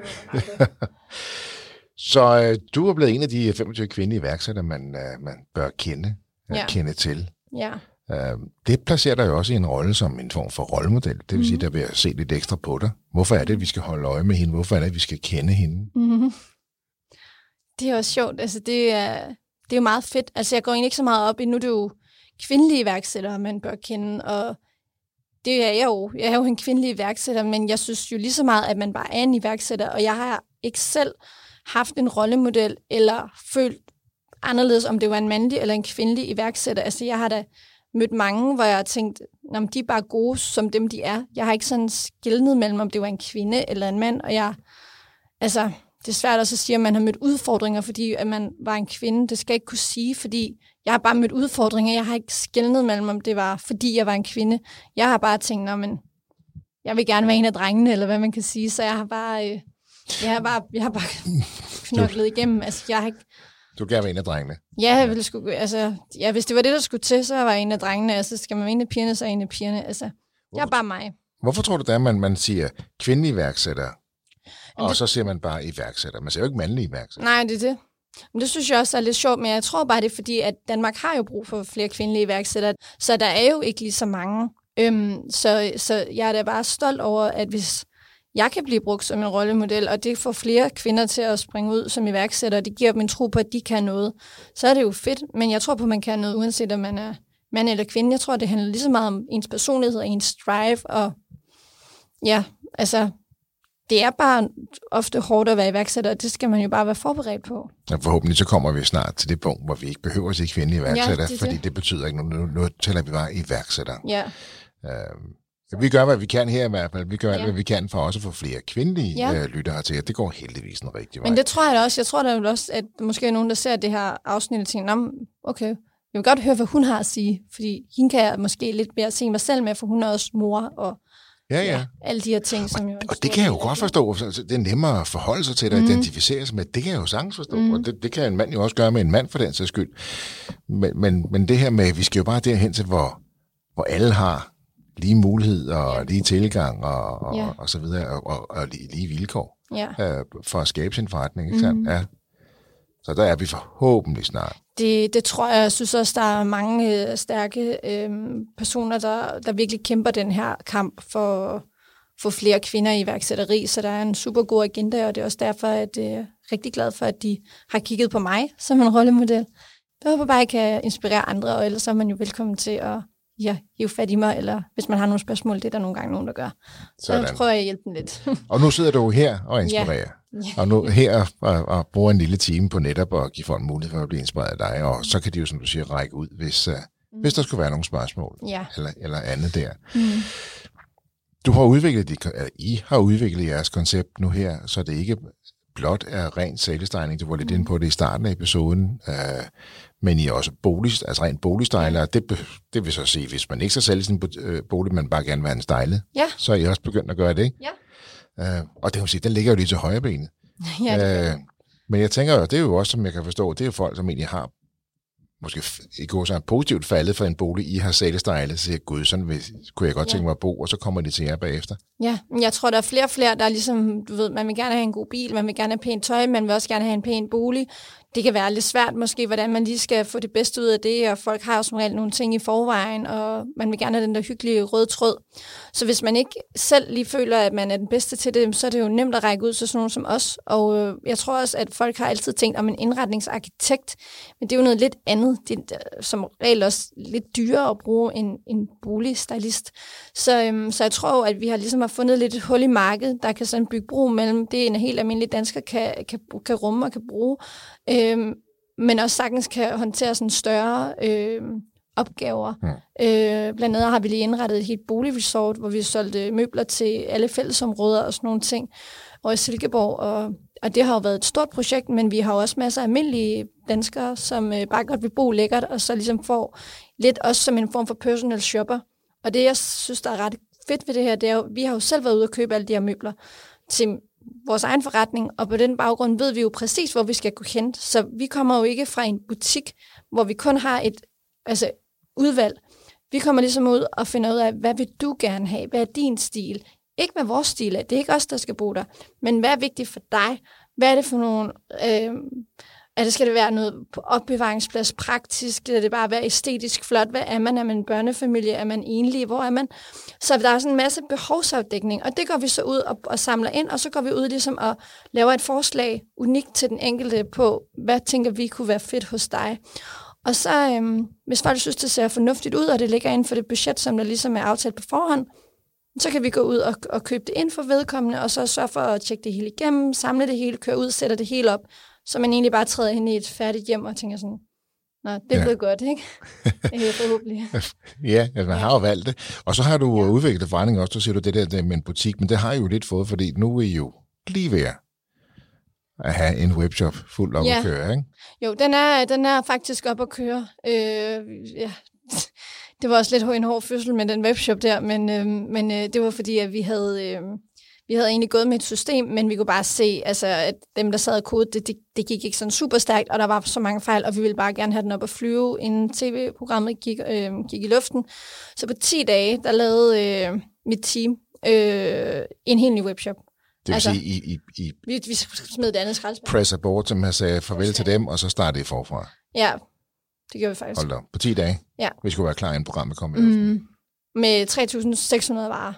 Så øh, du er blevet en af de femogtyve kvindelige iværksættere, man, øh, man bør kende, ja. kende til. Ja. Øh, det placerer dig jo også i en rolle som en form for rollemodel. Det vil mm. sige, der vil jeg se lidt ekstra på dig. Hvorfor er det, at vi skal holde øje med hende? Hvorfor er det, at vi skal kende hende? Mm-hmm. Det er også sjovt. Altså, det er... Det er jo meget fedt. Altså, jeg går egentlig ikke så meget op i, nu er det jo kvindelige iværksættere, man bør kende, og det er jeg jo. Jeg er jo en kvindelig iværksætter, men jeg synes jo lige så meget, at man bare er en iværksætter, og jeg har ikke selv haft en rollemodel, eller følt anderledes, om det var en mandlig eller en kvindelig iværksætter. Altså, jeg har da mødt mange, hvor jeg har tænkt, om de er bare gode, som dem de er. Jeg har ikke sådan skelnet mellem, om det var en kvinde eller en mand, og jeg, altså... Det er svært også at sige, at man har mødt udfordringer, fordi at man var en kvinde. Det skal jeg ikke kunne sige, fordi jeg har bare mødt udfordringer. Jeg har ikke skelnet mellem, om det var, fordi jeg var en kvinde. Jeg har bare tænkt, at jeg vil gerne være en af drengene, eller hvad man kan sige. Så jeg har bare, øh, jeg har bare, jeg har bare knoklet igennem. Altså, jeg har ikke, Du vil gerne være en af drengene? Ja, jeg ville sgu, altså, ja, hvis det var det, der skulle til, så var jeg en af drengene. Altså, skal man være en af pigerne, så er jeg en af pigerne. Altså, jeg er bare mig. Hvorfor tror du, det er, at man, man siger kvindelige iværksættere, og det... så siger man bare iværksætter? Man siger jo ikke mandlige iværksætter. Nej, det er det. Men det synes jeg også er lidt sjovt, men jeg tror bare, det er fordi, at Danmark har jo brug for flere kvindelige iværksættere, så der er jo ikke lige så mange. Øhm, så, så jeg er da bare stolt over, at hvis jeg kan blive brugt som en rollemodel, og det får flere kvinder til at springe ud som iværksættere, det giver dem en tro på, at de kan noget, så er det jo fedt. Men jeg tror på, at man kan noget, uanset om man er mand eller kvinde. Jeg tror, det handler lige så meget om ens personlighed og ens drive, og ja, altså... Det er bare ofte hårdt at være iværksætter, og det skal man jo bare være forberedt på. Ja, forhåbentlig så kommer vi snart til det punkt, hvor vi ikke behøver at sige kvindelige iværksætter, ja, det fordi det. det betyder ikke noget. Nu tæller vi bare iværksætter. Ja. Uh, vi gør, hvad vi kan her i hvert fald. Vi gør ja. alt, hvad vi kan for også at få flere kvindelige ja. uh, lyttere til. Det går heldigvis en rigtig vej. Men det tror jeg da også. Jeg tror da også, at måske er nogen, der ser det her afsnit og tænker, okay, jeg vil godt høre, hvad hun har at sige, fordi hende kan jeg måske lidt mere se mig selv med, for hun er også mor og Ja, ja. ja, alle de her ting, som jo... Og, og det kan jeg jo godt forstå. Det er nemmere at forholde sig til det og mm. identificere sig med. Det kan jeg jo sagtens forstå. Mm. Og det, det kan en mand jo også gøre med en mand for den sags skyld. Men, men, men det her med, vi skal jo bare derhen til, hvor, hvor alle har lige mulighed og ja. lige tilgang og, og, ja. og så videre, og, og, og lige, lige vilkår ja. øh, for at skabe sin forretning. Ikke sandt? Mm. Ja. Så der er vi forhåbentlig snart. Det, det tror jeg. Jeg synes også, der er mange øh, stærke øh, personer, der, der virkelig kæmper den her kamp for få flere kvinder i iværksætteri, så der er en super god agenda, og det er også derfor, at jeg er rigtig glad for, at de har kigget på mig som en rollemodel. Jeg håber bare, at jeg kan inspirere andre, og ellers er man jo velkommen til at ja, hive fat i mig, eller hvis man har nogle spørgsmål, det er der nogle gange nogen, der gør. Så Sådan. jeg prøver jeg at hjælpe dem lidt. Og nu sidder du her og inspirerer. Ja. Ja. Og nu her og, og bruger en lille time på netop at give folk mulighed for at blive inspireret af dig, og så kan de jo, som du siger, række ud, hvis, uh, mm. hvis der skulle være nogle spørgsmål, ja. eller, eller andet der. Mm. Du har udviklet, eller I har udviklet jeres koncept nu her, så det ikke blot er ren sælestegning. Du var lidt mm. inde på det i starten af episoden, uh, men I er også bolig, altså rent boligstyler. Ja. Det, det vil så sige, hvis man ikke skal sælge sin bolig, men bare gerne vil have en stejle, ja. så er I også begyndt at gøre det, ikke? Ja. Uh, og det vil sige, den ligger jo lige til højre benet. Ja, uh, men jeg tænker jo, det er jo også, som jeg kan forstå, det er jo folk, som egentlig har måske i går så er positivt faldet for en bolig, I har sælestejlet, så siger gud, sådan vil, kunne jeg godt ja. tænke mig at bo, og så kommer de til jer bagefter. Ja, jeg tror, der er flere og flere, der er ligesom, du ved, man vil gerne have en god bil, man vil gerne have pænt tøj, man vil også gerne have en pæn bolig. Det kan være lidt svært måske, hvordan man lige skal få det bedste ud af det, og folk har jo som regel nogle ting i forvejen, og man vil gerne have den der hyggelige røde tråd. Så hvis man ikke selv lige føler, at man er den bedste til det, så er det jo nemt at række ud til sådan nogen som os. Og øh, jeg tror også, at folk har altid tænkt om en indretningsarkitekt, men det er jo noget lidt andet. Det er som regel også lidt dyrere at bruge en, en boligstylist. Så, øhm, så jeg tror, at vi har ligesom har fundet lidt et hul i markedet, der kan sådan bygge bro mellem det, en helt almindelig dansker kan, kan, kan rumme og kan bruge, øhm, men også sagtens kan håndtere sådan større øhm, opgaver. Mm. Øh, blandt andet har vi lige indrettet et helt boligresort, hvor vi solgte møbler til alle fællesområder og sådan nogle ting, og i Silkeborg, og, og det har jo været et stort projekt, men vi har også masser af almindelige danskere, som øh, bare godt vil bo lækkert, og så ligesom får lidt også som en form for personal shopper. Og det, jeg synes, der er ret fedt ved det her, det er jo, vi har jo selv været ude og købe alle de her møbler til vores egen forretning, og på den baggrund ved vi jo præcis, hvor vi skal gå hen. Så vi kommer jo ikke fra en butik, hvor vi kun har et altså, udvalg. Vi kommer ligesom ud og finder ud af, hvad vil du gerne have? Hvad er din stil? Ikke hvad vores stil er, det er ikke os, der skal bo der, men hvad er vigtigt for dig? Hvad er det for nogle... Øh, Er det, skal det være noget på opbevaringsplads, praktisk? Skal det bare være æstetisk flot? Hvad er man? Er man en børnefamilie? Er man enlig? Hvor er man? Så der er sådan en masse behovsafdækning, og det går vi så ud og, og samler ind, og så går vi ud ligesom og laver et forslag unikt til den enkelte på, hvad tænker vi kunne være fedt hos dig? Og så, øhm, hvis folk synes, det ser fornuftigt ud, og det ligger inden for det budget, som der ligesom er aftalt på forhånd, så kan vi gå ud og, og købe det ind for vedkommende, og så sørge for at tjekke det hele igennem, samle det hele, køre ud, sætte det hele op, så man egentlig bare træder ind i et færdigt hjem og tænker sådan, nå, det er blevet ja. godt, ikke? Det er forhåbentlig. Ja, altså man har jo valgt det. Og så har du ja. udviklet forretning også, så siger du det der, der med en butik, men det har I jo lidt fået, fordi nu er I jo lige ved at have en webshop fuldt op ja. at køre, ikke? Jo, den er, den er faktisk op at køre. Øh, ja. Det var også lidt en hård fødsel med den webshop der, men, øh, men øh, det var fordi, at vi havde... Øh, vi havde egentlig gået med et system, men vi kunne bare se, altså, at dem, der sad og kodede, det, det, det gik ikke sådan super stærkt, og der var så mange fejl, og vi ville bare gerne have den op at flyve, inden tv-programmet gik, øh, gik i luften. Så på ti dage, der lavede øh, mit team øh, en helt ny webshop. Det vil altså, sige, I, I, I vi, vi smed det andet skraldespand. Press abort, som har sagt farvel til dem, og så startede I forfra. Ja, det gjorde vi faktisk. Hold da, på ti dage? Ja. Vi skulle være klar, inden programmet kom i luften. Mm, med tre tusind seks hundrede varer.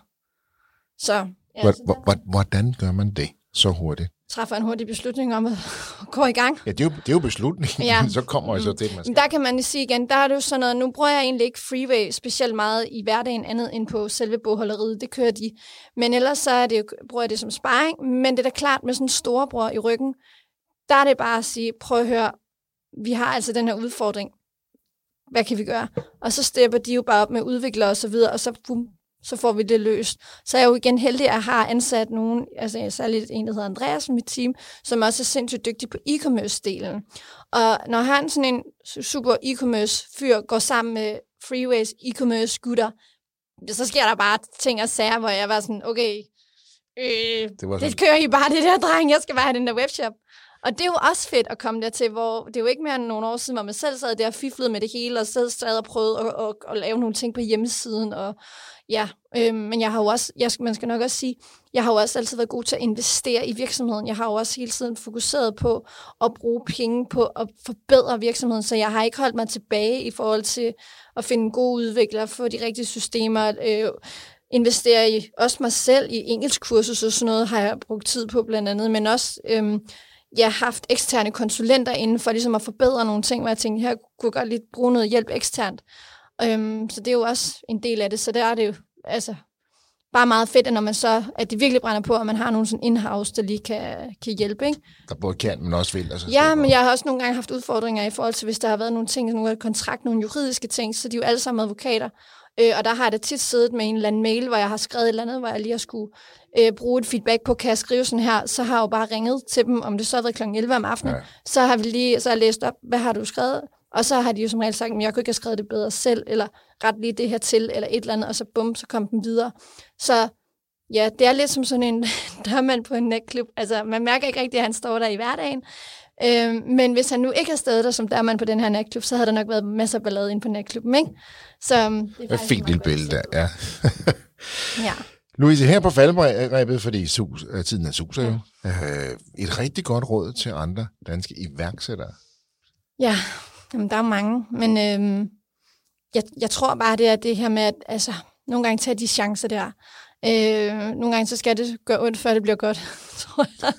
Så, ja, Hvor, så hvor, hvordan gør man det så hurtigt? Træffer en hurtig beslutning om at gå i gang. Ja, det er jo, det er jo beslutningen, ja. Så kommer jeg så til, man skal. Der kan man sige igen, der er det jo sådan noget, nu bruger jeg egentlig ikke Freeway specielt meget i hverdagen andet end på selve bogholderiet, det kører de. Men ellers så er det jo, bruger jeg det som sparring, men det er da klart med sådan en storebror i ryggen, der er det bare at sige, prøv at høre, vi har altså den her udfordring, hvad kan vi gøre? Og så stepper de jo bare op med udviklere og så videre, og så bum, så får vi det løst. Så er jeg jo igen heldig, at jeg har ansat nogen, altså særligt en, der hedder Andreas i mit team, som også er sindssygt dygtig på e-commerce-delen. Og når han sådan en super e-commerce-fyr går sammen med Freeways e-commerce-gutter, så sker der bare ting og sager, hvor jeg var sådan, okay, øh, det, sådan. det kører I bare det der, dreng, jeg skal bare have den der webshop. Og det er jo også fedt at komme dertil, hvor det er jo ikke mere end nogle år siden, hvor man selv sad der og fiflede med det hele, og selv sad og prøvede at, at, at lave nogle ting på hjemmesiden. Og ja, øh, men jeg har jo også, jeg, man skal nok også sige, jeg har jo også altid været god til at investere i virksomheden. Jeg har jo også hele tiden fokuseret på at bruge penge på at forbedre virksomheden, så jeg har ikke holdt mig tilbage i forhold til at finde gode udviklere, få de rigtige systemer, øh, investere i også mig selv i engelskkursus og sådan noget, har jeg brugt tid på blandt andet, men også øh, jeg har haft eksterne konsulenter inden for ligesom at forbedre nogle ting, hvor jeg tænkte, her kunne jeg godt lige bruge noget hjælp eksternt. Øhm, så det er jo også en del af det, så der er det jo altså bare meget fedt, at når man så, at det virkelig brænder på, at man har nogen sådan in-house, der lige kan, kan hjælpe, ikke? Der både kan, men også vil. Altså, ja, men jeg har også nogle gange haft udfordringer i forhold til, hvis der har været nogle ting, nogle kontrakt, nogle juridiske ting, så de er jo alle sammen advokater. Øh, og der har jeg da tit siddet med en eller anden mail, hvor jeg har skrevet et eller andet, hvor jeg lige har skulle øh, bruge et feedback på, kan jeg skrive sådan her, så har jeg jo bare ringet til dem, om det så har været klokken elleve om aftenen, ja. så har vi lige, så har jeg læst op, hvad har du skrevet? Og så har de jo som regel sagt, at jeg kunne ikke have skrevet det bedre selv, eller ret lige det her til, eller et eller andet, og så bum, så kom den videre. Så ja, det er lidt som sådan en dørmand på en natklub. Altså, man mærker ikke rigtigt, at han står der i hverdagen. Øh, men hvis han nu ikke har stået der som dørmand på den her natklub, så havde der nok været masser af ballade inde på natklubben, ikke? Så det er et fint lille billede der, ja. Ja. Louise, her på faldrebet, fordi sus, tiden er suser jo, øh, et rigtig godt råd til andre danske iværksættere. Ja, jamen, der er mange, men øh, jeg, jeg tror bare, det er det her med, at altså, nogle gange tage de chancer der. Øh, nogle gange så skal det gøre ondt, før det bliver godt, tror jeg.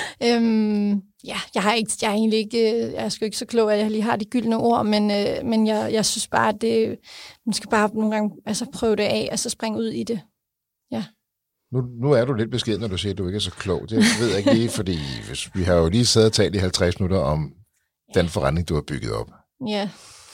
øhm, ja, jeg har ikke, jeg er egentlig ikke, jeg er sgu ikke så klog, at jeg lige har de gyldne ord, men, øh, men jeg, jeg synes bare, at det, man skal bare nogle gange altså, prøve det af, og så springe ud i det. Ja. Nu, nu er du lidt beskeden, når du siger, at du ikke er så klog. Det ved jeg ikke lige, fordi vi har jo lige siddet og talt i halvtreds minutter om den forretning, du har bygget op. Ja.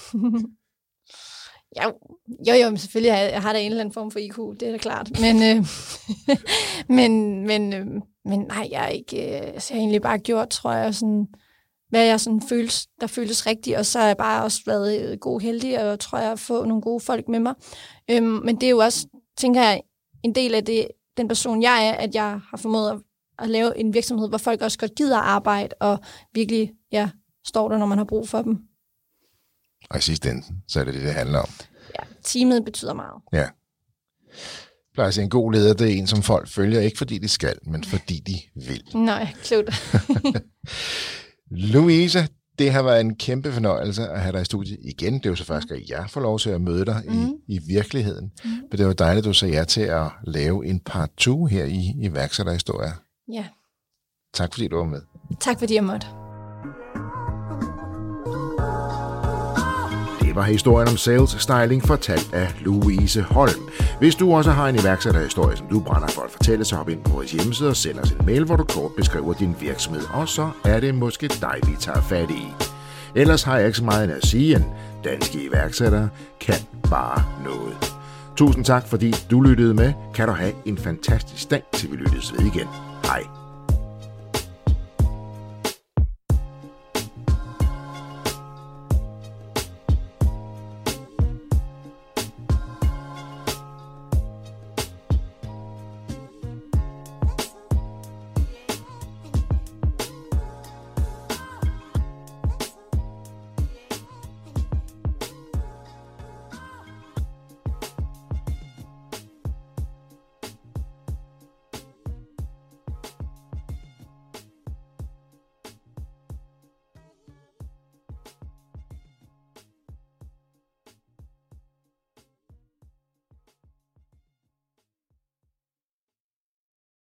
Ja, jo, jo, men selvfølgelig har jeg, jeg har da en eller anden form for I Q, det er da klart. Men, øh, men, men, øh, men nej, jeg har ikke, øh, altså, jeg har egentlig bare gjort, tror jeg, sådan, hvad jeg sådan føles, der føles rigtigt, og så har jeg bare også været god heldig, og tror jeg, at få nogle gode folk med mig. Øhm, men det er jo også, tænker jeg, en del af det, den person jeg er, at jeg har formået at, at lave en virksomhed, hvor folk også godt gider arbejde, og virkelig, ja, står der, når man har brug for dem. Og i sidste ende, så er det det, det handler om. Ja, teamet betyder meget. Ja. Plejer at sige, en god leder, det er en, som folk følger, ikke fordi de skal, men fordi de vil. Nej, klogt. Louise, det har været en kæmpe fornøjelse at have dig i studiet igen. Det er jo så faktisk, at jeg får lov til at møde dig mm. i, i virkeligheden. Mm. Men det var dejligt, at du sagde ja til at lave en part to her i iværksætterhistorier. Ja. Tak fordi du var med. Tak fordi jeg måtte. Det var historien om sales styling fortalt af Louise Holm. Hvis du også har en iværksætterhistorie, som du brænder for at fortælle, så hop ind på vores hjemmeside og send os en mail, hvor du kort beskriver din virksomhed, og så er det måske dig, vi tager fat i. Ellers har jeg ikke så meget at sige, at danske iværksættere kan bare noget. Tusind tak, fordi du lyttede med. Kan du have en fantastisk dag, til vi lyttes ved igen. Hej.